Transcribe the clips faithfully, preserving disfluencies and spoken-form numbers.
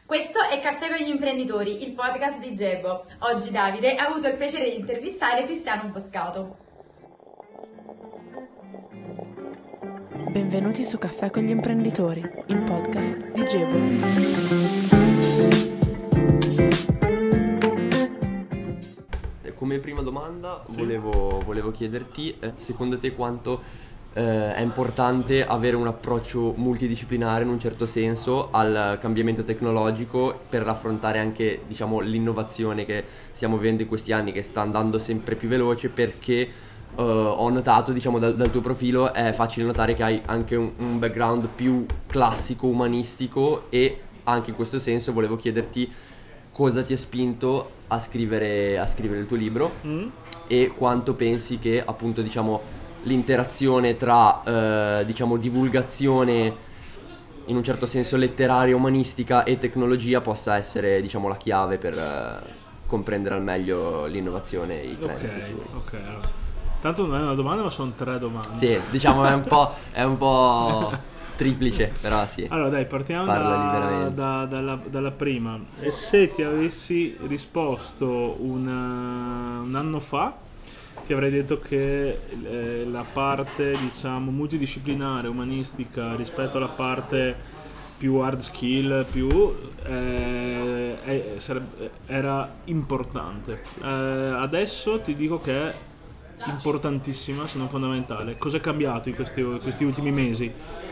Questo è Caffè con gli imprenditori, il podcast di Gebo. Oggi Davide ha avuto il piacere di intervistare Cristiano Boscato. Benvenuti su Caffè con gli imprenditori, il podcast di Gebo. Come prima domanda sì. volevo, volevo chiederti, eh, secondo te quanto eh, è importante avere un approccio multidisciplinare in un certo senso al cambiamento tecnologico per affrontare anche, diciamo, l'innovazione che stiamo vivendo in questi anni, che sta andando sempre più veloce, perché Uh, ho notato, diciamo, dal, dal tuo profilo è facile notare che hai anche un, un background più classico, umanistico, e anche in questo senso volevo chiederti cosa ti ha spinto a scrivere, a scrivere il tuo libro mm. e quanto pensi che, appunto, diciamo, l'interazione tra uh, diciamo divulgazione in un certo senso letteraria, umanistica e tecnologia possa essere, diciamo, la chiave per uh, comprendere al meglio l'innovazione e i trend okay, futuri. Ok, allora. Tanto non è una domanda, ma sono tre domande. Sì, diciamo è un po', è un po' triplice, però sì. Allora dai, partiamo da, da, dalla, dalla prima. E se ti avessi risposto una, un anno fa, ti avrei detto che eh, la parte, diciamo, multidisciplinare, umanistica, rispetto alla parte più hard skill, più eh, eh, sarebbe, era importante. Eh, adesso ti dico che è importantissima, se non fondamentale. Cosa è cambiato in questi, questi ultimi mesi?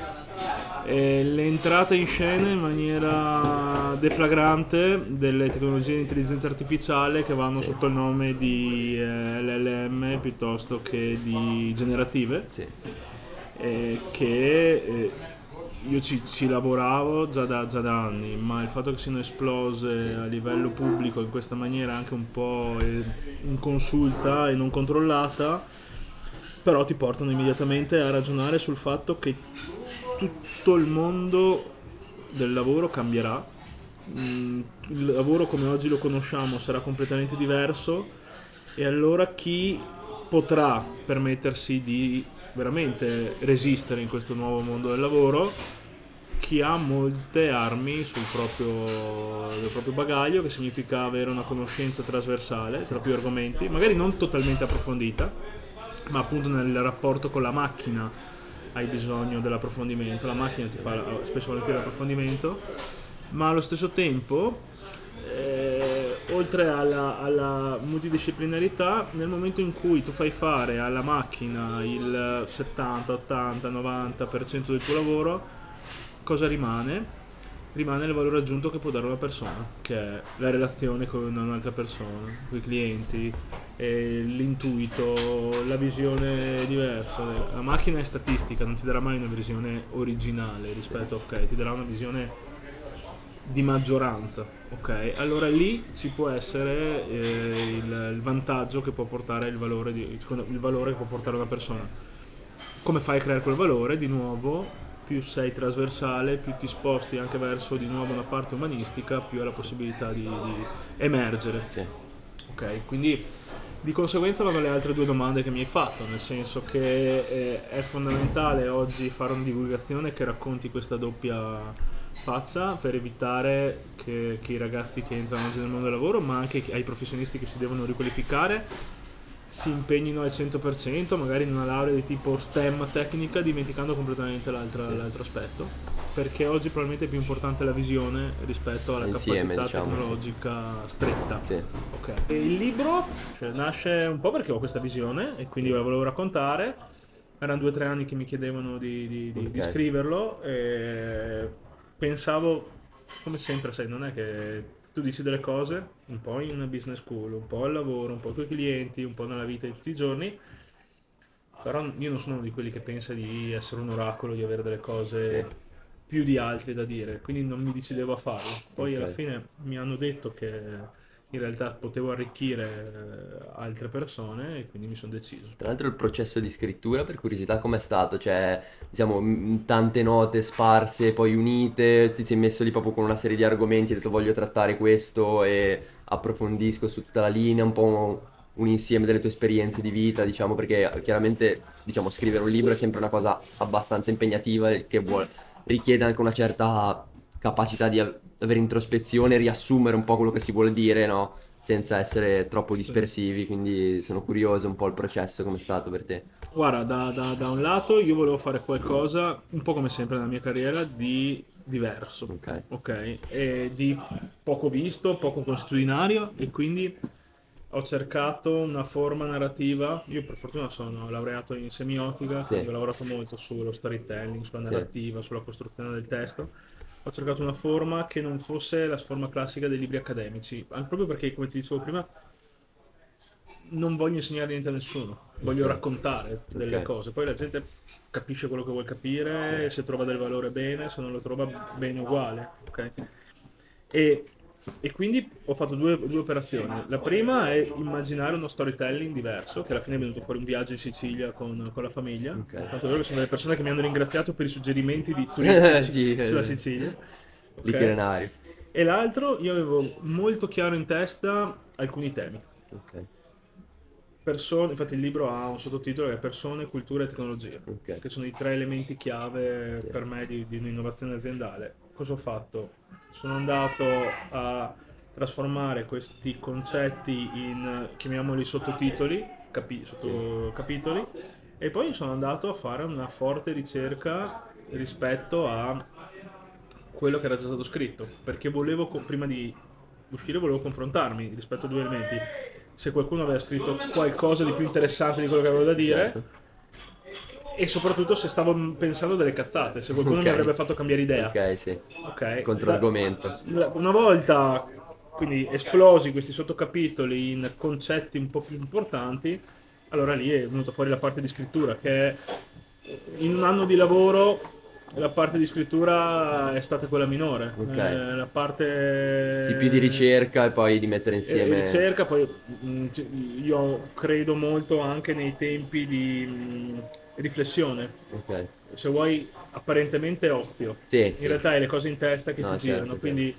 Eh, l'entrata in scena in maniera deflagrante delle tecnologie di intelligenza artificiale che vanno sì. sotto il nome di eh, L L M piuttosto che di generative, sì. eh, che eh, io ci, ci lavoravo già da, già da anni, ma il fatto che siano esplose sì. a livello pubblico in questa maniera anche un po' inconsulta e non controllata, però ti portano immediatamente a ragionare sul fatto che tutto il mondo del lavoro cambierà. Il lavoro come oggi lo conosciamo sarà completamente diverso, e allora chi potrà permettersi di veramente resistere in questo nuovo mondo del lavoro? Chi ha molte armi sul proprio, del proprio bagaglio, che significa avere una conoscenza trasversale tra più argomenti, magari non totalmente approfondita, ma appunto nel rapporto con la macchina hai bisogno dell'approfondimento, la macchina ti fa spesso volentieri l'approfondimento, ma allo stesso tempo eh, oltre alla, alla multidisciplinarità, nel momento in cui tu fai fare alla macchina il settanta, ottanta, novanta per cento del tuo lavoro, cosa rimane? Rimane il valore aggiunto che può dare una persona, che è la relazione con un'altra persona, con i clienti, e l'intuito, la visione diversa. La macchina è statistica, non ti darà mai una visione originale rispetto, ok, ti darà una visione di maggioranza, ok? Allora lì ci può essere eh, il, il vantaggio che può portare il valore, di, il valore che può portare una persona. Come fai a creare quel valore? Di nuovo, più sei trasversale, più ti sposti anche verso di nuovo una parte umanistica, più hai la possibilità di, di emergere. Sì. Ok, quindi di conseguenza vanno le altre due domande che mi hai fatto, nel senso che eh, è fondamentale oggi fare una divulgazione che racconti questa doppia faccia, per evitare che, che i ragazzi che entrano oggi nel mondo del lavoro, ma anche ai professionisti che si devono riqualificare, si impegnino al cento per cento, magari in una laurea di tipo STEM tecnica, dimenticando completamente l'altro, sì. l'altro aspetto, perché oggi probabilmente è più importante la visione rispetto alla Insieme, capacità diciamo, tecnologica sì. stretta. Sì. Okay. E il libro cioè, nasce un po' perché ho questa visione e quindi sì. ve la volevo raccontare. Erano due o tre anni che mi chiedevano di, di, di, okay. di scriverlo, e pensavo, come sempre, sai, non è che tu dici delle cose un po' in business school, un po' al lavoro, un po' con i clienti, un po' nella vita di tutti i giorni, però io non sono uno di quelli che pensa di essere un oracolo, di avere delle cose sì. più di altri da dire, quindi non mi decidevo a farlo. Poi okay. alla fine mi hanno detto che in realtà potevo arricchire altre persone e quindi mi sono deciso. Tra l'altro il processo di scrittura, per curiosità, com'è stato? Cioè, diciamo, tante note sparse, poi unite, ti sei messo lì proprio con una serie di argomenti, hai detto voglio trattare questo e approfondisco su tutta la linea, un po' un insieme delle tue esperienze di vita, diciamo, perché chiaramente, diciamo, scrivere un libro è sempre una cosa abbastanza impegnativa che vuole, richiede anche una certa capacità di av- avere introspezione, riassumere un po' quello che si vuole dire, no? Senza essere troppo dispersivi, quindi sono curioso un po' il processo, come è stato per te. Guarda, da, da- da un lato io volevo fare qualcosa, un po' come sempre nella mia carriera, di diverso, Ok. ok? E di poco visto, poco consuetudinario, e quindi ho cercato una forma narrativa. Io per fortuna sono laureato in semiotica, Sì. quindi ho lavorato molto sullo storytelling, sulla Sì. narrativa, sulla costruzione del testo. Ho cercato una forma che non fosse la forma classica dei libri accademici, anche proprio perché, come ti dicevo prima, non voglio insegnare niente a nessuno, voglio Ok. raccontare delle Ok. cose. Poi la gente capisce quello che vuole capire, se trova del valore bene, se non lo trova bene uguale, ok? E, e quindi ho fatto due, due operazioni. La prima è immaginare uno storytelling diverso, che alla fine è venuto fuori un viaggio in Sicilia con, con la famiglia. Ok. Tanto è vero che sono delle persone che mi hanno ringraziato per i suggerimenti di turistici Sì, sulla eh, Sicilia. Ok? l'itinerario. E l'altro, io avevo molto chiaro in testa alcuni temi. Ok. Persone, infatti il libro ha un sottotitolo che è Persone, Cultura e Tecnologia, Ok. che sono i tre elementi chiave Sì. per me di, di un'innovazione aziendale. Cosa ho fatto? Sono andato a trasformare questi concetti in, chiamiamoli sottotitoli, capi, sottocapitoli, e poi sono andato a fare una forte ricerca rispetto a quello che era già stato scritto, perché volevo, co- prima di uscire, volevo confrontarmi rispetto a due elementi. Se qualcuno aveva scritto qualcosa di più interessante di quello che avevo da dire, Certo. e soprattutto se stavo pensando delle cazzate, se qualcuno Ok. mi avrebbe fatto cambiare idea. Ok, sì. Ok? Controargomento. Da- una volta quindi esplosi questi sottocapitoli in concetti un po' più importanti, allora lì è venuta fuori la parte di scrittura, che è, in un anno di lavoro la parte di scrittura è stata quella minore. Ok. Eh, la parte Sì, più di ricerca e poi di mettere e insieme. ricerca, poi mh, c- io credo molto anche nei tempi di mh, riflessione. Ok. Se vuoi, apparentemente ozio, Sì, in sì. realtà è le cose in testa che No, ti certo, girano. certo. Quindi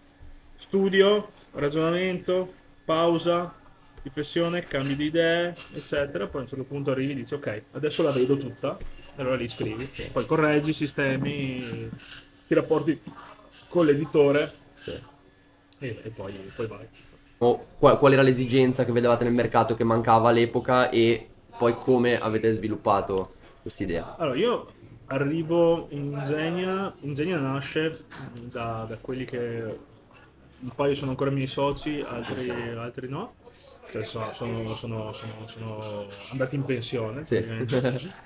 studio, ragionamento, pausa, riflessione, cambio di idee, eccetera. Poi a un certo punto arrivi e dici ok, adesso la vedo tutta, e allora lì scrivi. Poi correggi, sistemi, ti rapporti con l'editore Sì. e, e poi, poi vai. O qual, qual era l'esigenza che vedevate nel mercato che mancava all'epoca e poi come avete sviluppato quest'idea? Allora, io arrivo in Ingegna, Ingegna nasce da, da quelli che un paio sono ancora miei soci, altri, altri no, cioè sono, sono, sono, sono, sono andati in pensione. Sì. praticamente.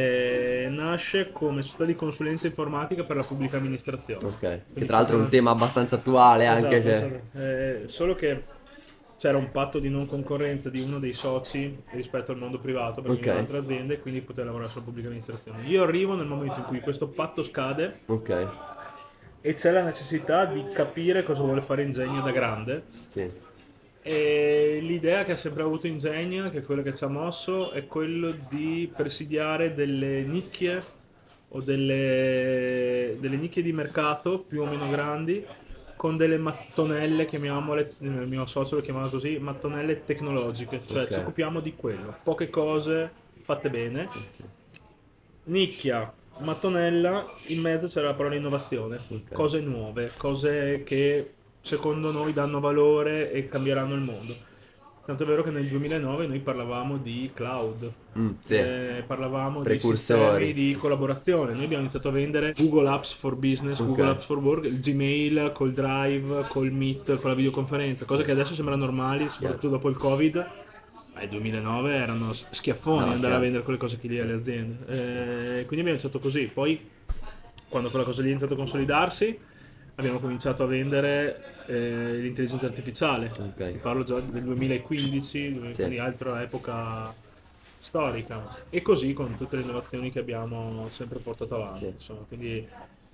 E nasce come società di consulenza informatica per la pubblica amministrazione. Ok, che Quindi tra l'altro è un proprio- tema abbastanza attuale anche, Esatto, cioè. esatto. Eh, solo che c'era un patto di non concorrenza di uno dei soci rispetto al mondo privato, perché Ok. avevano altre aziende e quindi poteva lavorare sulla pubblica amministrazione. Io arrivo nel momento in cui questo patto scade Ok, e c'è la necessità di capire cosa vuole fare Ingegna da grande. sì. E l'idea che ha sempre avuto Ingegna, che è quella che ci ha mosso, è quello di presidiare delle nicchie o delle, delle nicchie di mercato più o meno grandi con delle mattonelle, chiamiamole, il mio socio lo chiamava così, mattonelle tecnologiche, cioè Ok. ci occupiamo di quello, poche cose fatte bene, nicchia, mattonella, in mezzo c'era la parola innovazione, Ok. cose nuove, cose che secondo noi danno valore e cambieranno il mondo. Tanto è vero che nel duemilanove noi parlavamo di cloud, Mm, sì. eh, parlavamo di Precursori. sistemi di collaborazione. Noi abbiamo iniziato a vendere Google Apps for Business, Ok. Google Apps for Work, il Gmail col Drive, col Meet, con la videoconferenza, cose che adesso sembrano normali, soprattutto dopo il Covid. Ma nel duemilanove erano schiaffoni No, andare certo. a vendere quelle cose lì alle aziende. Eh, quindi abbiamo iniziato così. Poi, quando quella cosa lì è iniziato a consolidarsi, abbiamo cominciato a vendere eh, l'intelligenza artificiale. Ok. Ti parlo già del duemilaquindici, Sì. quindi altra epoca storica. E così con tutte le innovazioni che abbiamo sempre portato avanti. Sì. Insomma, quindi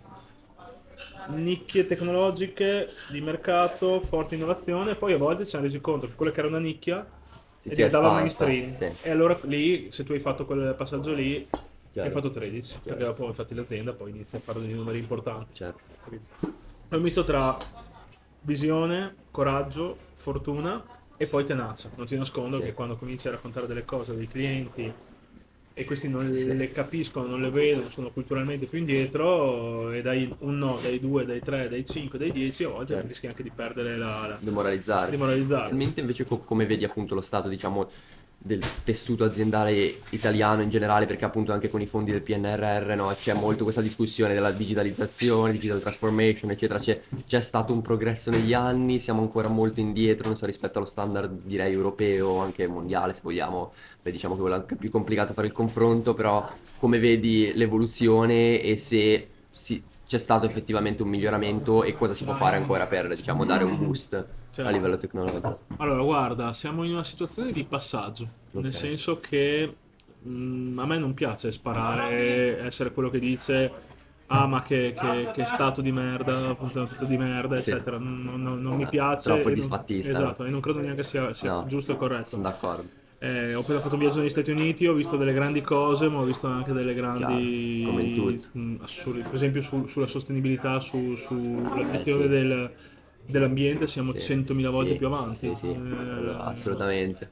nicchie tecnologiche di mercato, forte innovazione. Poi a volte ci siamo resi conto che quella che era una nicchia Sì, e sì, diventava espansa, mainstream. sì. E allora lì, se tu hai fatto quel passaggio lì, Chiaro. hai fatto tredici. Perché dopo infatti l'azienda poi inizia a fare dei numeri importanti. Certo. È un misto tra visione, coraggio, fortuna e poi tenacia. Non ti nascondo Sì. che quando cominci a raccontare delle cose dei clienti e questi non le capiscono, non le vedono, sono culturalmente più indietro, e dai un no, dai due, dai tre, dai cinque, dai dieci, a volte Certo. rischi anche di perdere la... la Demoralizzare. demoralizzare. Mentre invece co- come vedi appunto lo stato, diciamo, del tessuto aziendale italiano in generale, perché appunto anche con i fondi del P N R R, no, c'è molto questa discussione della digitalizzazione, digital transformation, eccetera. C'è, c'è stato un progresso negli anni, siamo ancora molto indietro, non so, rispetto allo standard direi europeo, anche mondiale se vogliamo. Beh, diciamo che è anche più complicato fare il confronto, però come vedi l'evoluzione e se si- c'è stato effettivamente un miglioramento e cosa si può fare ancora per, diciamo, dare un boost a Certo. livello tecnologico. Allora, guarda, siamo in una situazione di passaggio, Ok. nel senso che mh, a me non piace sparare, essere quello che dice ah ma che, che, che stato di merda, funziona tutto di merda, Sì. eccetera. Non, non- non mi piace. Troppo e non- disfattista, no? Esatto, e non credo neanche sia, sia No, giusto e corretto. sono d'accordo. Eh, ho appena fatto un viaggio negli Stati Uniti, ho visto delle grandi cose, ma ho visto anche delle grandi... Chiaro, come in tutto. mh, assurde. Per esempio su- sulla sostenibilità, su- sulla gestione sì. del- dell'ambiente siamo Sì. centomila volte Sì, più avanti. sì, sì, Eh, assolutamente.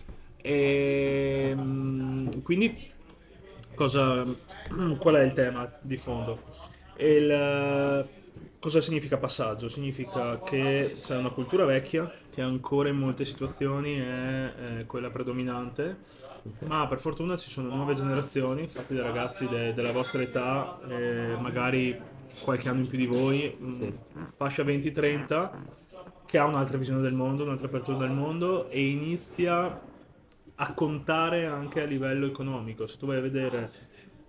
e, mh, quindi cosa, qual è il tema di fondo? Il, cosa significa passaggio? Significa che c'è una cultura vecchia che ancora in molte situazioni è, è quella predominante, ma per fortuna ci sono nuove generazioni, infatti dei ragazzi de- della vostra età, eh, magari qualche anno in più di voi, mh, Sì. fascia venti trenta, che ha un'altra visione del mondo, un'altra apertura del mondo e inizia a contare anche a livello economico. Se tu vai a vedere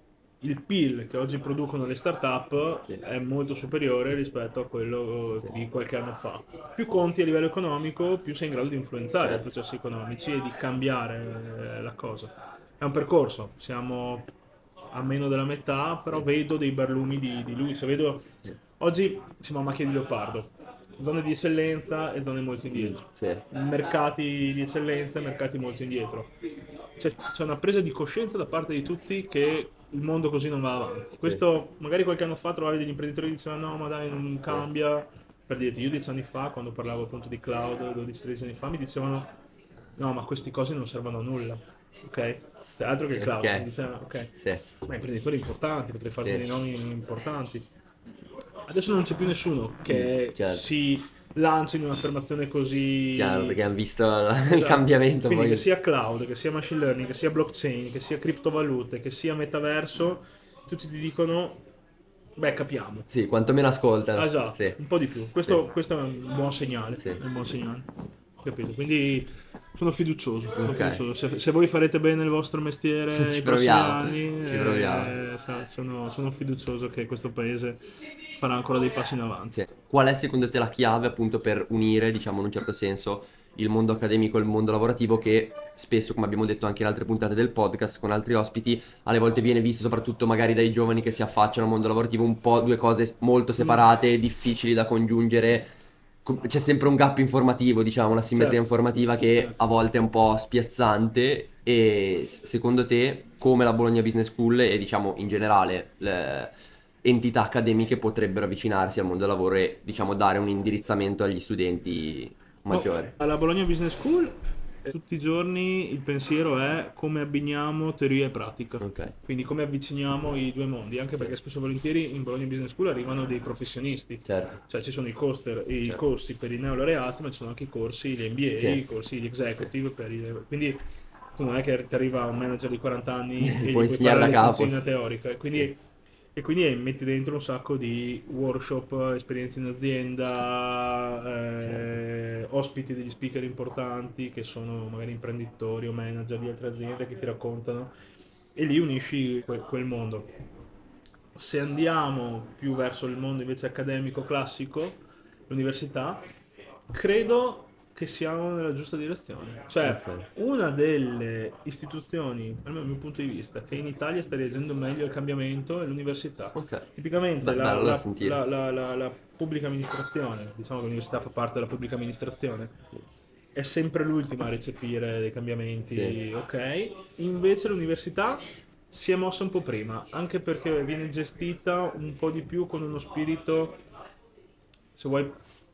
il P I L che oggi producono le start-up Sì. è molto superiore rispetto a quello di qualche anno fa. Più conti a livello economico, più sei in grado di influenzare Certo. i processi economici e di cambiare eh, la cosa. È un percorso, siamo a meno della metà, però Sì. vedo dei barlumi di, di lui. Se vedo... Sì. Oggi siamo a macchia di leopardo, zone di eccellenza e zone molto indietro. Sì. Mercati di eccellenza e mercati molto indietro. C'è, c'è una presa di coscienza da parte di tutti che il mondo così non va avanti. Questo magari qualche anno fa trovavi degli imprenditori che dicevano no ma dai non cambia. Per dirti, io dieci anni fa quando parlavo appunto di cloud, dodici tredici anni fa, mi dicevano no ma queste cose non servono a nulla. Ok? Altro che il cloud. Ok. Mi dicevano, ok. Sì. Ma imprenditori importanti, potrei farti Sì. dei nomi importanti. Adesso non c'è più nessuno che certo. si lancia in un'affermazione così... Chiaro, perché hanno visto il Esatto. cambiamento. Quindi Poi. che sia cloud, che sia machine learning, che sia blockchain, che sia criptovalute, che sia metaverso, tutti ti dicono, beh capiamo. Sì, quantomeno ascoltano. Esatto, Sì. un po' di più. Questo, Sì. questo è un buon segnale. Sì. È un buon segnale. Capito? Quindi sono fiducioso. sono Ok. fiducioso. Se, se voi farete bene il vostro mestiere Ci nei prossimi proviamo, anni, ci eh, proviamo. sa- sono, sono fiducioso che questo paese farà ancora dei passi in avanti. Sì. Qual è secondo te la chiave appunto per unire, diciamo in un certo senso, il mondo accademico e il mondo lavorativo che spesso, come abbiamo detto anche in altre puntate del podcast con altri ospiti, alle volte viene visto soprattutto magari dai giovani che si affacciano al mondo lavorativo un po' due cose molto separate, difficili da congiungere. Com- C'è sempre un gap informativo, diciamo, una simmetria Certo. informativa che Certo. a volte è un po' spiazzante. E s- secondo te come la Bologna Business School e diciamo in generale le entità accademiche potrebbero avvicinarsi al mondo del lavoro e diciamo dare un indirizzamento agli studenti maggiori? No, alla Bologna Business School eh, tutti i giorni il pensiero è come abbiniamo teoria e pratica. Ok. Quindi come avviciniamo i due mondi, anche perché spesso e volentieri in Bologna Business School arrivano dei professionisti. Certo. Cioè ci sono i, coaster, i Certo. corsi per i neolaureati, ma ci sono anche i corsi, gli M B A, Sì. i corsi gli executive per i... Quindi tu non è che ti arriva un manager di quaranta anni e gli Puoi puoi insegnare fare da la capo, lezione sì. teorica. E quindi, Sì. e quindi metti dentro un sacco di workshop, esperienze in azienda, eh, ospiti degli speaker importanti che sono magari imprenditori o manager di altre aziende che ti raccontano e lì unisci quel, quel mondo. Se andiamo più verso il mondo invece accademico classico, l'università, credo che siamo nella giusta direzione. Cioè, Ok. una delle istituzioni, almeno dal mio punto di vista, che in Italia sta reagendo meglio al cambiamento è l'università. Ok. Tipicamente Beh, la, bello da la- sentire. la- la- la- la pubblica amministrazione, diciamo che l'università fa parte della pubblica amministrazione, è sempre l'ultima a recepire dei cambiamenti, Sì. ok? Invece l'università si è mossa un po' prima, anche perché viene gestita un po' di più con uno spirito, se vuoi,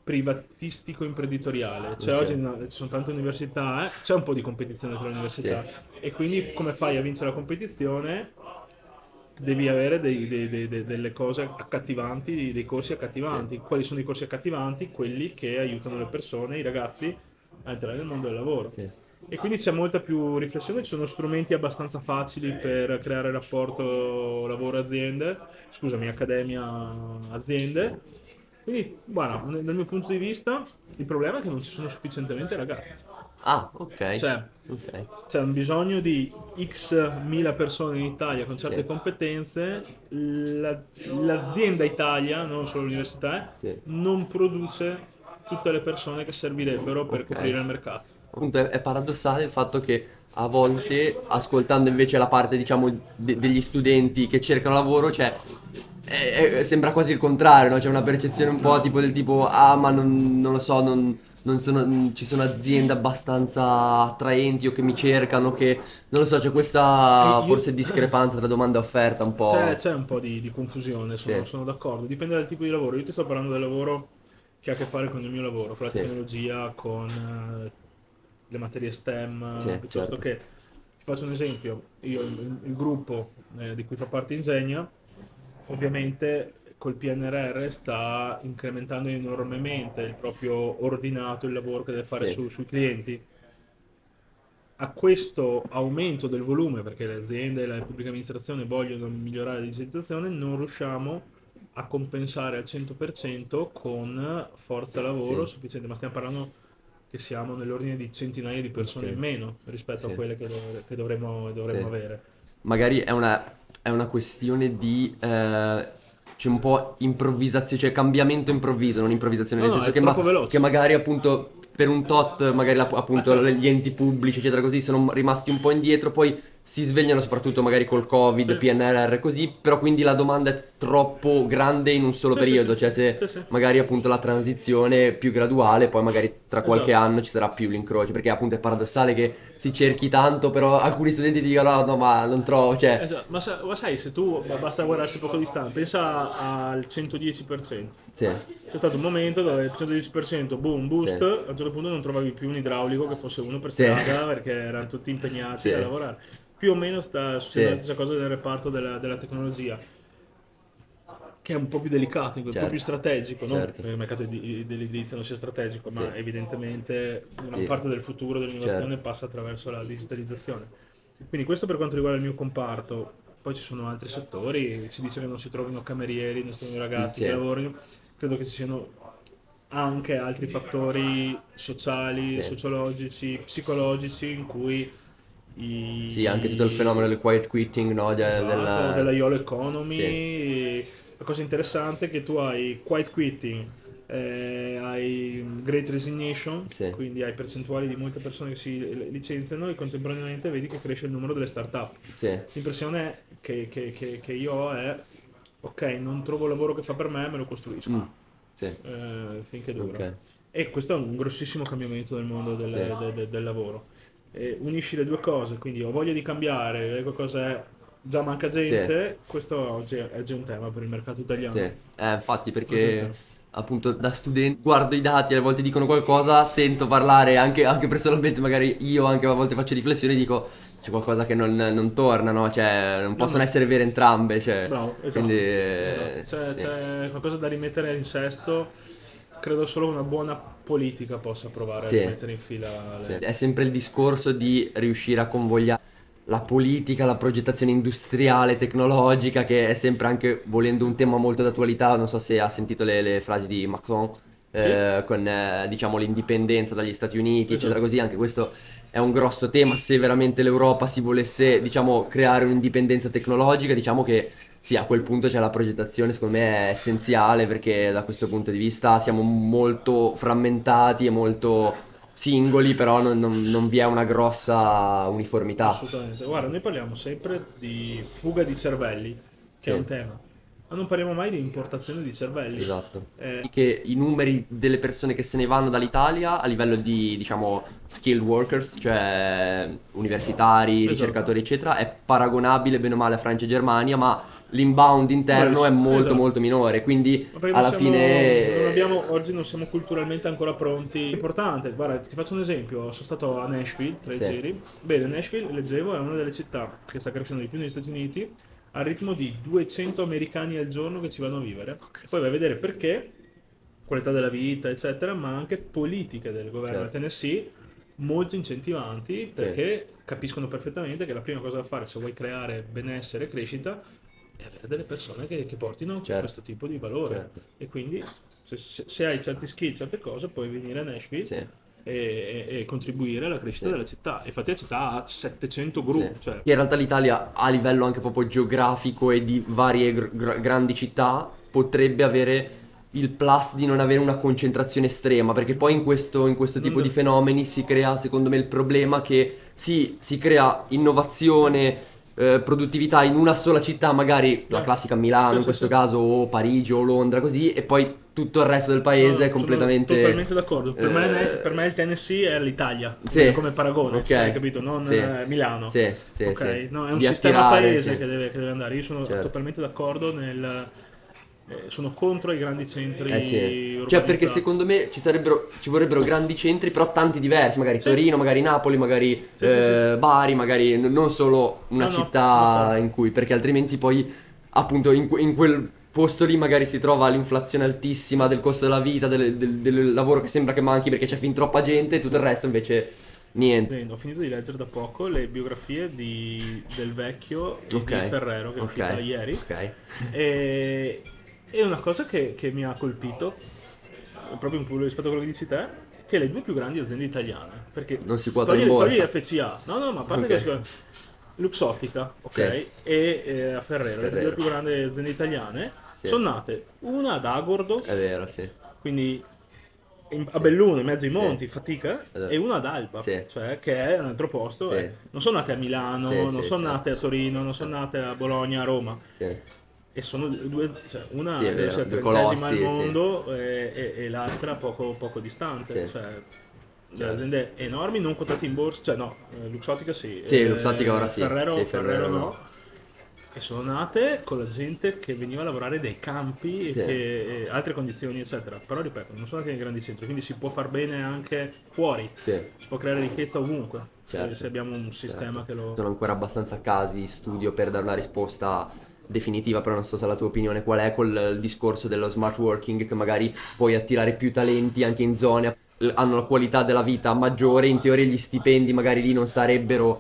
privatistico imprenditoriale, cioè Ok. oggi no, ci sono tante università, eh, c'è un po' di competizione tra le università e quindi come fai a vincere la competizione? Devi avere dei- dei- dei- dei- delle cose accattivanti, dei corsi accattivanti. Quali sono i corsi accattivanti? Quelli che aiutano le persone, i ragazzi a entrare nel mondo del lavoro. Sì. E quindi c'è molta più riflessione, ci sono strumenti abbastanza facili per creare rapporto lavoro-aziende, scusami, accademia-aziende. Quindi, guarda, nel dal mio punto di vista, il problema è che non ci sono sufficientemente ragazzi. Ah, ok. Cioè, Ok. c'è un bisogno di X mila persone in Italia con certe Sì. competenze, la- l'azienda Italia, non solo l'università, eh, Sì. non produce tutte le persone che servirebbero per Ok. coprire il mercato. Appunto è, è paradossale il fatto che a volte, ascoltando invece la parte, diciamo, de- degli studenti che cercano lavoro, cioè, è- è- sembra quasi il contrario, no? C'è una percezione un po' tipo del tipo, ah, ma non, non lo so, non, non sono, non ci sono aziende abbastanza attraenti o che mi cercano, che, non lo so, c'è questa E io- forse discrepanza tra domanda e offerta un C'è, po'. c'è un po' di, di confusione, sono, Sì. sono d'accordo, dipende dal tipo di lavoro. Io ti sto parlando del lavoro che ha a che fare con il mio lavoro, con la Sì. tecnologia, con eh, le materie STEM, Sì, piuttosto certo. che, ti faccio un esempio, io, il, il gruppo eh, di cui fa parte Ingegna, ovviamente col P N R R sta incrementando enormemente il proprio ordinato, il lavoro che deve fare Sì. su- sui clienti. A questo aumento del volume, perché le aziende e la pubblica amministrazione vogliono migliorare la digitalizzazione, non riusciamo a compensare al cento per cento con forza lavoro Sì. sufficiente, ma stiamo parlando che siamo nell'ordine di centinaia di persone Ok. in meno rispetto a Sì. quelle che, dov- che dovremmo, dovremmo Sì. avere. Magari è una, è una questione di eh, c'è un po' improvvisazione, cioè cambiamento improvviso, non improvvisazione, No, nel no, senso è che, ma- troppo veloce. che magari appunto per un tot, magari la- appunto Ah, certo. gli enti pubblici, eccetera, così sono rimasti un po' indietro, poi si svegliano soprattutto magari col Covid, Sì. P N R R, così, però quindi la domanda è troppo grande in un solo Sì, sì, periodo, sì. cioè se Sì, sì. magari appunto la transizione è più graduale, poi magari tra qualche Esatto. anno ci sarà più l'incrocio, perché appunto è paradossale che si cerchi tanto, però alcuni studenti ti dicono no, no, ma non trovo, cioè, Esatto. Ma, sa- ma sai, se tu basta guardarsi poco distante, pensa al centodieci per cento. sì, C'è stato un momento dove il centodieci per cento boom, boost, Sì. a un certo punto non trovavi più un idraulico che fosse uno per Sì. strada perché erano tutti impegnati Sì. a lavorare. Più o meno sta succedendo Sì. la stessa cosa nel reparto della, della tecnologia, che è un po' più delicato, un po' Certo. più strategico, non Certo. perché il mercato di- dell'edilizia non sia strategico, ma Sì. evidentemente una Sì. parte del futuro dell'innovazione Certo. passa attraverso la digitalizzazione. Quindi questo per quanto riguarda il mio comparto. Poi ci sono altri settori, si dice che non si trovino camerieri, non si trovino ragazzi Mm, sì. che lavorino, credo che ci siano anche altri fattori sociali, Sì. sociologici, psicologici in cui i... Sì, anche tutto il fenomeno del quiet quitting, no? de- Esatto, del- della YOLO economy. Sì. La cosa interessante è che tu hai quiet quitting, eh, hai great resignation, Sì. quindi hai percentuali di molte persone che si licenziano e contemporaneamente vedi che cresce il numero delle start-up. Sì. L'impressione che, che- che- che io ho è, ok, non trovo lavoro che fa per me, me lo costruisco, Mm, sì. eh, finché dura. Ok. E questo è un grossissimo cambiamento nel mondo del, Sì. de- de- del lavoro. E unisci le due cose, quindi ho voglia di cambiare, vedo qualcosa è, già manca gente, questo oggi è già un tema per il mercato italiano. Sì, eh, infatti Non perché c'è appunto da studente guardo i dati, a volte dicono qualcosa, sento parlare anche, anche personalmente, magari io anche a volte faccio riflessioni e dico c'è qualcosa che non, non torna, no? Cioè non possono no. essere vere entrambe, cioè, Bravo, esatto. quindi eh, Esatto. C'è, sì. c'è qualcosa da rimettere in sesto, credo solo una buona politica possa provare Sì. a rimettere in fila le... Sì. È sempre il discorso di riuscire a convogliare la politica, la progettazione industriale, tecnologica, che è sempre anche volendo un tema molto d'attualità. Non so se ha sentito le, le frasi di Macron, eh, con eh, diciamo l'indipendenza dagli Stati Uniti, eccetera, Esatto. così. Anche questo è un grosso tema. Se veramente l'Europa si volesse, diciamo, creare un'indipendenza tecnologica, diciamo che sì, a quel punto c'è la progettazione, secondo me è essenziale, perché da questo punto di vista siamo molto frammentati e molto singoli, però non, non- non vi è una grossa uniformità. Assolutamente. Guarda, noi parliamo sempre di fuga di cervelli, che Sì. è un tema, ma non parliamo mai di importazione di cervelli. Esatto. Eh, Che i numeri delle persone che se ne vanno dall'Italia a livello di, diciamo, skilled workers, cioè universitari, Esatto. ricercatori, eccetera, è paragonabile bene o male a Francia e Germania, ma l'inbound interno Beh, è molto esatto. molto minore, quindi Ma perché alla non siamo- fine non abbiamo, oggi non siamo culturalmente ancora pronti. È importante, guarda, ti faccio un esempio. Sono stato a Nashville tre Sì. giri. Bene, Nashville, leggevo, è una delle città che sta crescendo di più negli Stati Uniti, al ritmo di duecento americani al giorno che ci vanno a vivere. Poi vai a vedere perché, qualità della vita, eccetera, ma anche politiche del governo del Certo. Tennessee molto incentivanti, perché capiscono perfettamente che la prima cosa da fare se vuoi creare benessere e crescita è avere delle persone che, che portino Certo. questo tipo di valore. Certo. E quindi se, se- se hai certi skill, certe cose, puoi venire a Nashville Sì. e, e- e contribuire alla crescita Sì. della città. E infatti la città ha settecento gru, Sì. cioè In realtà l'Italia a livello anche proprio geografico e di varie gr- gr- grandi città potrebbe avere il plus di non avere una concentrazione estrema, perché poi in questo, in questo Non tipo de- di fenomeni si crea secondo me il problema che sì, si crea innovazione, eh, produttività in una sola città, magari la Eh. classica Milano Sì, in sì, questo sì. caso, o Parigi o Londra così, e poi tutto il resto del paese è No, completamente... sono totalmente d'accordo. Per, eh, me, per me il Tennessee è l'Italia, Sì. come paragone, Ok. cioè, capito? Non Sì. eh, Milano. Sì, sì, Ok? sì. No, è un Di sistema attirare, paese sì. che, deve, che deve andare. Io sono Certo. totalmente d'accordo nel... eh, sono contro i grandi centri Eh sì, urbanizzati. cioè perché secondo me ci sarebbero, ci vorrebbero grandi centri, però tanti diversi, magari Sì. Torino, magari Napoli, magari Sì, sì, eh, sì, Bari, magari n- non solo una No, no, città d'accordo. in cui, perché altrimenti poi appunto in, que- in quel posto lì magari si trova l'inflazione altissima del costo della vita, del, del- del lavoro che sembra che manchi perché c'è fin troppa gente e tutto il resto invece niente. Bene, ho finito di leggere da poco le biografie di, del vecchio e Ok. di Ferrero, che è Ok. uscita ieri. Ok. E, e una cosa che, che mi ha colpito, proprio in- rispetto a quello che dici te, che le due più grandi aziende italiane, perché Non si quotano togli, in togli borsa. F C A, no no, ma a parte Ok. che si- Luxottica, ok, Sì. e eh, a Ferrero, le Ferrero. due più grandi aziende italiane, Sì. sono nate una ad Agordo, È vero, sì. quindi in- a Belluno, in mezzo ai Sì. monti, fatica, Esatto. e una ad Alba, Sì. cioè che è un altro posto. Sì. eh. Non sono nate a Milano, Sì, non sì, sono certo. nate a Torino, non sono nate a Bologna, a Roma. Sì. E sono due, cioè una Sì, è deve vero, essere due trentesima colossi, al sì. mondo e, e- e l'altra poco, poco distante. Sì. Cioè, delle Certo. aziende enormi non quotate in borsa, cioè no, eh, Luxottica sì. Sì, eh, Luxottica ora sì. Ferrero, Sì, Ferrero Ferrero no. no. E sono nate con la gente che veniva a lavorare dai campi Sì. e, che- e altre condizioni, eccetera. Però ripeto, non sono nate nei grandi centri, quindi si può far bene anche fuori. Sì. Si può creare ricchezza ovunque, se- Certo. se abbiamo un sistema Certo. che lo... Sono ancora abbastanza casi studio per dare una risposta definitiva, però non so se la tua opinione qual è col discorso dello smart working, che magari puoi attirare più talenti anche in zone l- hanno la qualità della vita maggiore, in teoria gli stipendi magari lì non sarebbero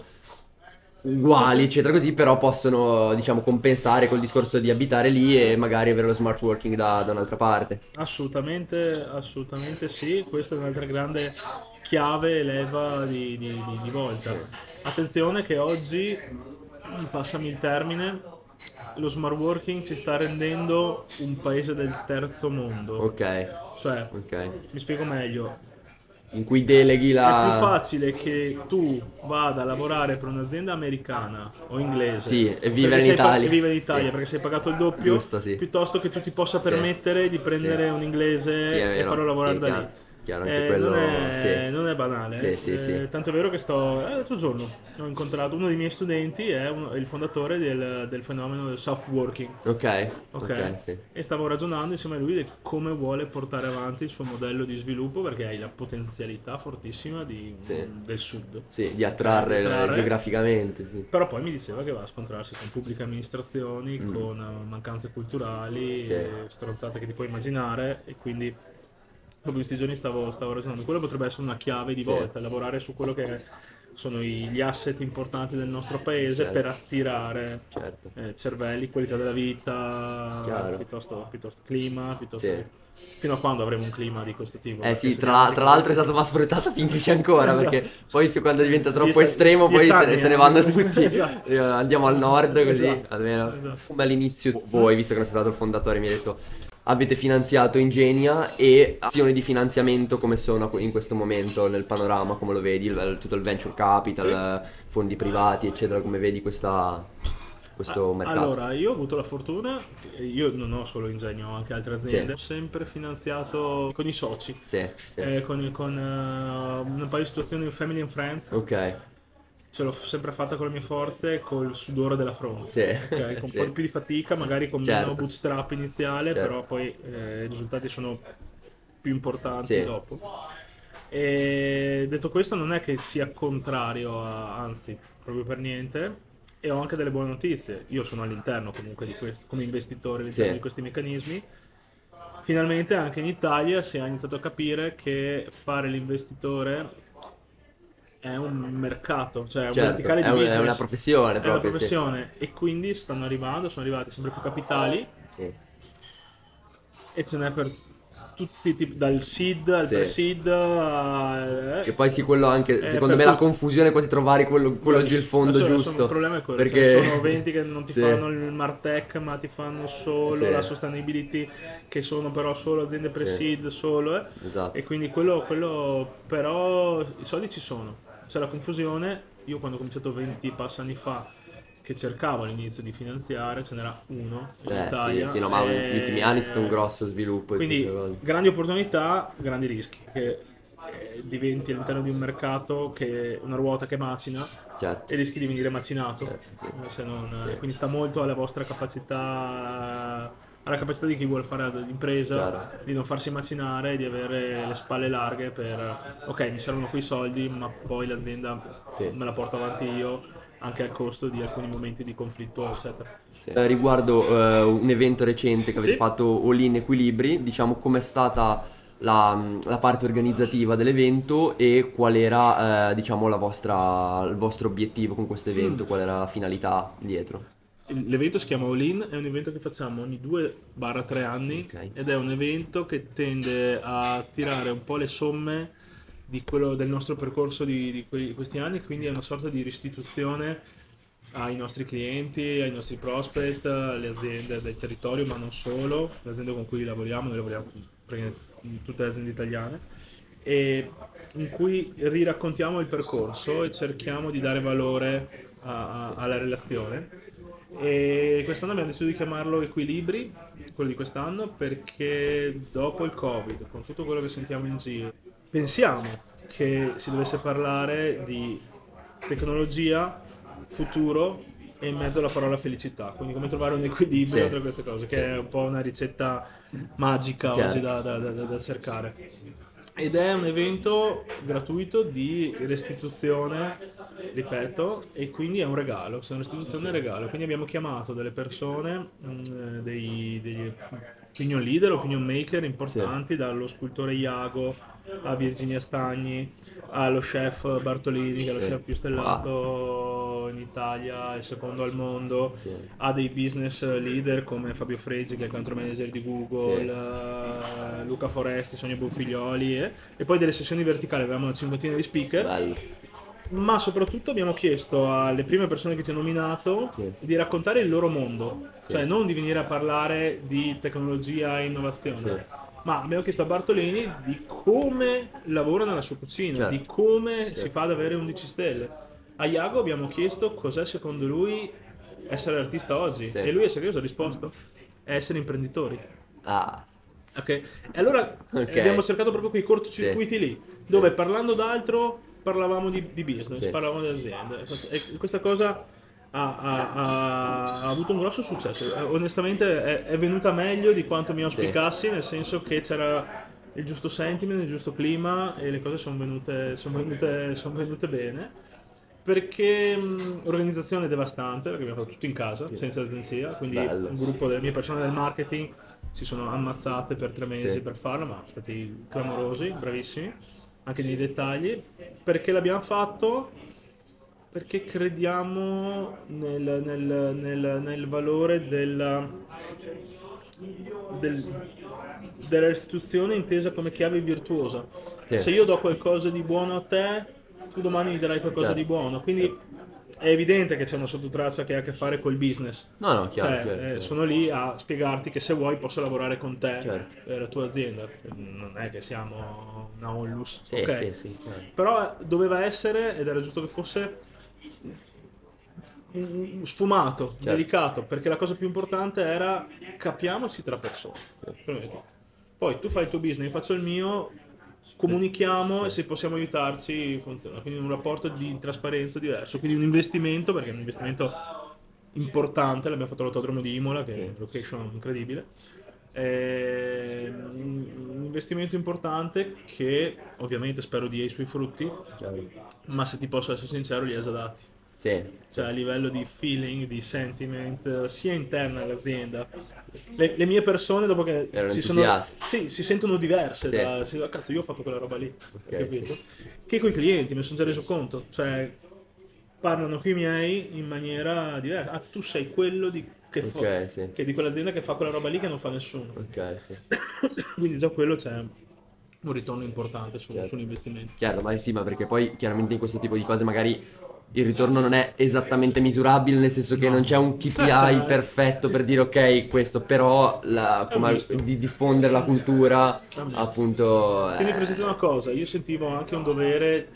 uguali eccetera così, però possono diciamo compensare col discorso di abitare lì e magari avere lo smart working da, da un'altra parte. Assolutamente, assolutamente sì, questa è un'altra grande chiave e leva di, di- di- di volta. Attenzione che oggi, passami il termine, lo smart working ci sta rendendo un paese del terzo mondo. Ok, Cioè, ok. mi spiego meglio, In cui deleghi è più la... facile che tu vada a lavorare per un'azienda americana o inglese, Sì, e perché vivere in sei pa- Italia. e vivere in Italia Sì. perché sei pagato il doppio, Giusto, sì. piuttosto che tu ti possa Sì. permettere di prendere Sì. un inglese Sì, è e vero. farlo lavorare Sì, da chiaro. lì. Chiaro, anche Eh, quello... non, è, sì. non è banale. Sì, eh. sì, Eh, sì. Tanto è vero che sto. eh, L'altro giorno ho incontrato uno dei miei studenti, è, uno- è il fondatore del, del fenomeno del soft working. Ok, Ok, ok, sì. e stavo ragionando insieme a lui di come vuole portare avanti il suo modello di sviluppo, perché hai la potenzialità fortissima di- Sì. del sud. Sì, di attrarre, Di attrarre. geograficamente, sì. Però poi mi diceva che va a scontrarsi con pubbliche amministrazioni, Mm. con eh, mancanze culturali, Sì. e stronzate che ti puoi immaginare, e quindi proprio questi giorni stavo, stavo ragionando. Quello potrebbe essere una chiave di Sì. volta, lavorare su quello che sono i- gli asset importanti del nostro paese, Certo. per attirare Certo. eh, cervelli, qualità della vita, Chiaro. piuttosto, piuttosto clima, piuttosto Sì. che- fino a quando avremo un clima di questo tipo? Eh Perché sì, se tra, andiamo tra di- l'altro è stato va sfruttato finché c'è ancora, Esatto. perché poi fi- quando diventa troppo Dieci- estremo poi dieci se, ne- anni, se ne eh. vanno tutti. Esatto. Eh, Andiamo al nord così, Esatto. almeno. Esatto. Come all'inizio voi, visto che non sei stato il fondatore, mi hai detto avete finanziato Ingenia, e azioni di finanziamento come sono in questo momento nel panorama, come lo vedi, il- tutto il venture capital, fondi privati eccetera, come vedi questa, questo mercato? Allora, io ho avuto la fortuna, io non ho solo Ingegno, ho anche altre aziende, Sì. ho sempre finanziato con i soci, Sì, sì. eh, con, con eh, un paio di situazioni in Family and Friends. Ok, ce l'ho sempre fatta con le mie forze, col sudore della fronte, Sì. okay? Con un Sì. po' più di fatica, magari con Certo. meno bootstrap iniziale, Certo. però poi eh, i risultati sono più importanti Sì. dopo. E detto questo, non è che sia contrario, a, anzi, proprio per niente. E ho anche delle buone notizie. Io sono all'interno comunque di questo, come investitore all'interno Sì. di questi meccanismi. Finalmente anche in Italia si è iniziato a capire che fare l'investitore è un mercato, cioè è un Certo, verticale di è un- è business. una professione È una proprio, sì. professione, e quindi stanno arrivando, sono arrivati sempre più capitali, Sì. e ce n'è per tutti i tipi, dal seed al Sì. pre-seed a- Che poi sì, quello anche, Eh, secondo per me la tutti. confusione è quasi trovare quello, quello oggi il fondo Adesso- adesso giusto. il problema è quello, perché cioè, sono venti che non ti Sì. fanno il Martech, ma ti fanno solo Sì. la sustainability, che sono però solo aziende pre-seed, solo, eh. Esatto. E quindi quello, quello, però i soldi ci sono, c'è la confusione. Io quando ho cominciato venti passi anni fa, che cercavo all'inizio di finanziare, ce n'era uno in Eh, Italia, sì, sì, no, ma e- negli ultimi anni è stato un grosso sviluppo di quindi queste cose. grandi opportunità, grandi rischi, che eh, diventi all'interno di un mercato che una ruota che macina, Certo. e rischi di venire macinato. Certo, sì. Eh, se non- Sì. Quindi sta molto alla vostra capacità, alla capacità di chi vuole fare l'impresa, Chiaro. di non farsi macinare e di avere le spalle larghe per ok, mi servono quei soldi, ma poi l'azienda Sì. me la porto avanti io, anche al costo di alcuni momenti di conflitto, eccetera. Sì. Eh, riguardo eh, un evento recente che avete Sì. fatto, All In Equilibri, diciamo com'è stata la, la parte organizzativa dell'evento e qual era eh, diciamo la vostra, il vostro obiettivo con questo evento, Mm. qual era la finalità dietro? L'evento si chiama All In, è un evento che facciamo ogni due tre anni, Ok. ed è un evento che tende a tirare un po' le somme di quello del nostro percorso di, di que- questi anni, quindi è una sorta di restituzione ai nostri clienti, ai nostri prospect, alle aziende del territorio, ma non solo, le aziende con cui lavoriamo, noi lavoriamo con tutte le aziende italiane, e in cui riraccontiamo il percorso e cerchiamo di dare valore a- a- alla relazione. E quest'anno abbiamo deciso di chiamarlo Equilibri, quello di quest'anno, perché dopo il Covid, con tutto quello che sentiamo in giro, pensiamo che si dovesse parlare di tecnologia, futuro e in mezzo alla parola felicità, quindi come trovare un equilibrio Sì. tra queste cose, che Sì. è un po' una ricetta magica Certo. oggi da, da- da- da cercare. Ed è un evento gratuito di restituzione, ripeto, e quindi è un regalo, se è una restituzione è un regalo. Quindi abbiamo chiamato delle persone, mh, dei, degli opinion leader, opinion maker importanti, dallo scultore Iago a Virginia Stagni, allo chef Bartolini, che è lo Sì. chef più stellato in Italia e secondo al mondo, Sì. a dei business leader come Fabio Fregi, che è il country manager di Google, Sì. eh, Luca Foresti, Sonia Bonfiglioli, eh, e poi delle sessioni verticali, avevamo una cinquantina di speaker. Bello. Ma soprattutto abbiamo chiesto alle prime persone che ti ho nominato Sì. di raccontare il loro mondo, Sì. cioè non di venire a parlare di tecnologia e innovazione, Sì. ma abbiamo chiesto a Bartolini di come lavora nella sua cucina, Certo. di come Certo. si fa ad avere undici stelle. A Iago abbiamo chiesto cos'è secondo lui essere artista oggi, Sì. e lui, sai che cosa ha risposto? È essere imprenditori. Ah. Ok, e allora Ok. abbiamo cercato proprio quei cortocircuiti Sì. lì, dove parlando d'altro parlavamo di, di business, Sì. parlavamo di aziende, e questa cosa ha, ha- ha- ha avuto un grosso successo. Eh, Onestamente è, è venuta meglio di quanto mi auspicassi, nel senso che c'era il giusto sentiment, il giusto clima, e le cose sono venute, sono venute, sono venute bene. Perché mh, organizzazione devastante, perché abbiamo fatto tutto in casa, senza agenzia, quindi Bello. un gruppo delle mie persone del marketing si sono ammazzate per tre mesi Sì. per farlo, ma sono stati clamorosi, bravissimi, anche nei dettagli. Perché l'abbiamo fatto? Perché crediamo nel, nel- nel- nel valore della, del- della restituzione intesa come chiave virtuosa. Sì. Se io do qualcosa di buono a te, tu domani mi darai qualcosa Certo. di buono. Quindi è evidente che c'è una sottotraccia che ha a che fare col business. No, no, chiaro, Cioè, chiaro, eh, chiaro. sono lì a spiegarti che se vuoi posso lavorare con te Certo. e la tua azienda. Non è che siamo una onlus. Sì, ok? sì, sì, chiaro. Però doveva essere, ed era giusto che fosse, un- un sfumato, Certo. delicato, perché la cosa più importante era capiamoci tra persone. Prima di tutto. Poi tu fai il tuo business, io faccio il mio, comunichiamo e se possiamo aiutarci funziona, quindi un rapporto di trasparenza diverso, quindi un investimento, perché è un investimento importante, l'abbiamo fatto all'autodromo di Imola che è una location incredibile, è un investimento importante che ovviamente spero dia i suoi frutti, ma se ti posso essere sincero li ha già dati. Sì. Cioè a livello di feeling, di sentiment, sia interna all'azienda. Le, le mie persone dopo che Erano si sono entusiaste. sì, si sentono diverse Sì. da, si, cazzo io ho fatto quella roba lì, Ok. capito? Che coi clienti mi sono già reso conto, cioè parlano con i miei in maniera diversa. Ah, tu sei quello di, che, fa, Ok, sì. che di quell'azienda che fa quella roba lì che non fa nessuno. Ok, sì. Quindi già quello c'è un ritorno importante su, Certo. sull'investimento. Chiaro, ma sì, ma perché poi chiaramente in questo tipo di cose magari il ritorno non è esattamente misurabile, nel senso che No. non c'è un K P I Cioè, perfetto per dire ok, questo, però la, come visto. di diffondere la cultura, visto. appunto. Tieni eh, presente una cosa, io sentivo anche un dovere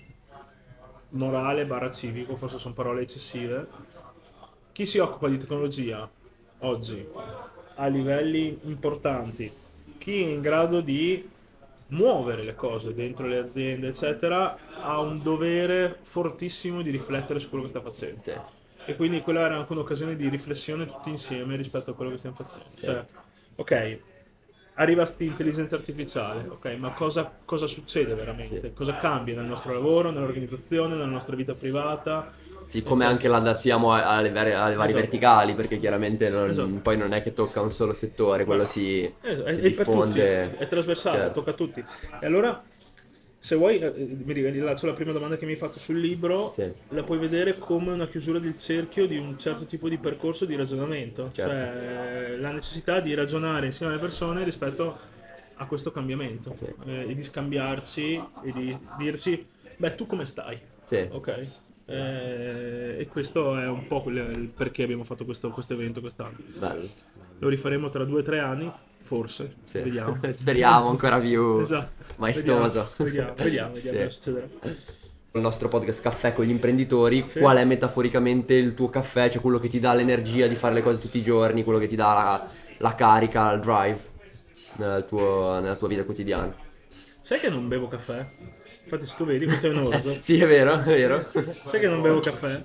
morale barra civico, forse sono parole eccessive. Chi si occupa di tecnologia oggi a livelli importanti, chi è in grado di muovere le cose dentro le aziende, eccetera, ha un dovere fortissimo di riflettere su quello che sta facendo. sì. E quindi quella era anche un'occasione di riflessione tutti insieme rispetto a quello che stiamo facendo. Cioè, ok, arriva questa intelligenza artificiale, ok, ma cosa, cosa succede veramente? Sì. Cosa cambia nel nostro lavoro, nell'organizzazione, nella nostra vita privata? Sì, come eccetera. anche l'adattiamo a- alle, varie- alle varie Esatto. verticali, perché chiaramente non- Esatto. poi non è che tocca un solo settore, quello si, Esatto, si è, è per tutti, diffonde. è trasversale, Certo. tocca a tutti. E allora, se vuoi, eh, mi rilascio la prima domanda che mi hai fatto sul libro, Sì. la puoi vedere come una chiusura del cerchio di un certo tipo di percorso di ragionamento, Certo. cioè la necessità di ragionare insieme alle persone rispetto a questo cambiamento, Sì. eh, e di scambiarci e di dirci, beh, tu come stai? Sì. Ok? Eh, e questo è un po' quel- il perché abbiamo fatto questo, questo evento quest'anno. Bello. Lo rifaremo tra due o tre anni, forse. Sì. Vediamo. Speriamo ancora più Esatto. maestoso. Vediamo, vediamo, vediamo, Sì. vediamo cosa succederà. Il nostro podcast Caffè con gli imprenditori, Sì. qual è metaforicamente il tuo caffè, cioè quello che ti dà l'energia di fare le cose tutti i giorni, quello che ti dà la, la carica, il drive nel tuo- nella tua vita quotidiana? Sai che non bevo caffè? Infatti se tu vedi, questo è un orzo. Sì, è vero, è vero. Sai che non bevo caffè?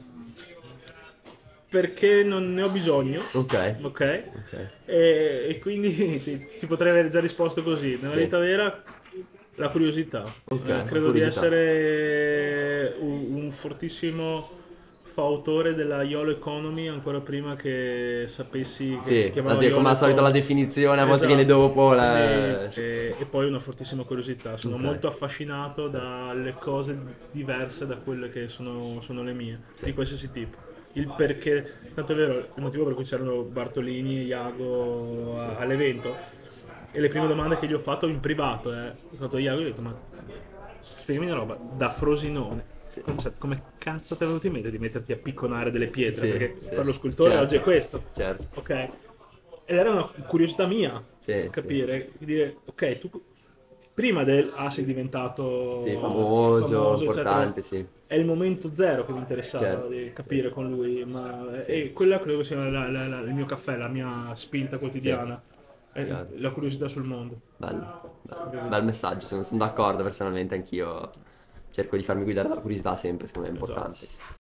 Perché non ne ho bisogno. Ok. Ok? Ok. E, e quindi ti, ti potrei aver già risposto così. Nella Sì. vita vera, la curiosità. Ok, Eh, credo di curiosità. essere un, un fortissimo fautore della YOLO Economy ancora prima che sapessi che si Sì, chiamava la de- come YOLO al solito la Economy. definizione a volte Esatto. viene dopo. la- E, e- e poi una fortissima curiosità. Sono Ok. molto affascinato dalle cose diverse da quelle che sono, sono le mie, di qualsiasi tipo. Il perché, tanto è vero, il motivo per cui c'erano Bartolini e Iago a- all'evento. E le prime domande che gli ho fatto in privato è: ho fatto Iago, gli ho detto, ma spiegami una roba, da Frosinone. Come cazzo ti è venuto in mente di metterti a picconare delle pietre? Sì, Perché sì. fare lo scultore Certo. oggi è questo. Certo. Ok? Ed era una curiosità mia Sì, capire, dire, ok, tu prima del ah sei diventato Sì, famoso, importante, eccetera, sì. è il momento zero che mi interessava Certo. di capire con lui, ma e quella credo che sia la- la- la- il mio caffè, la mia spinta quotidiana, è Chiaro. la curiosità sul mondo. Bello, bello. Bel messaggio, sono, sono d'accordo personalmente, anch'io cerco di farmi guidare dalla curiosità sempre, secondo me è importante. Esatto. Sì.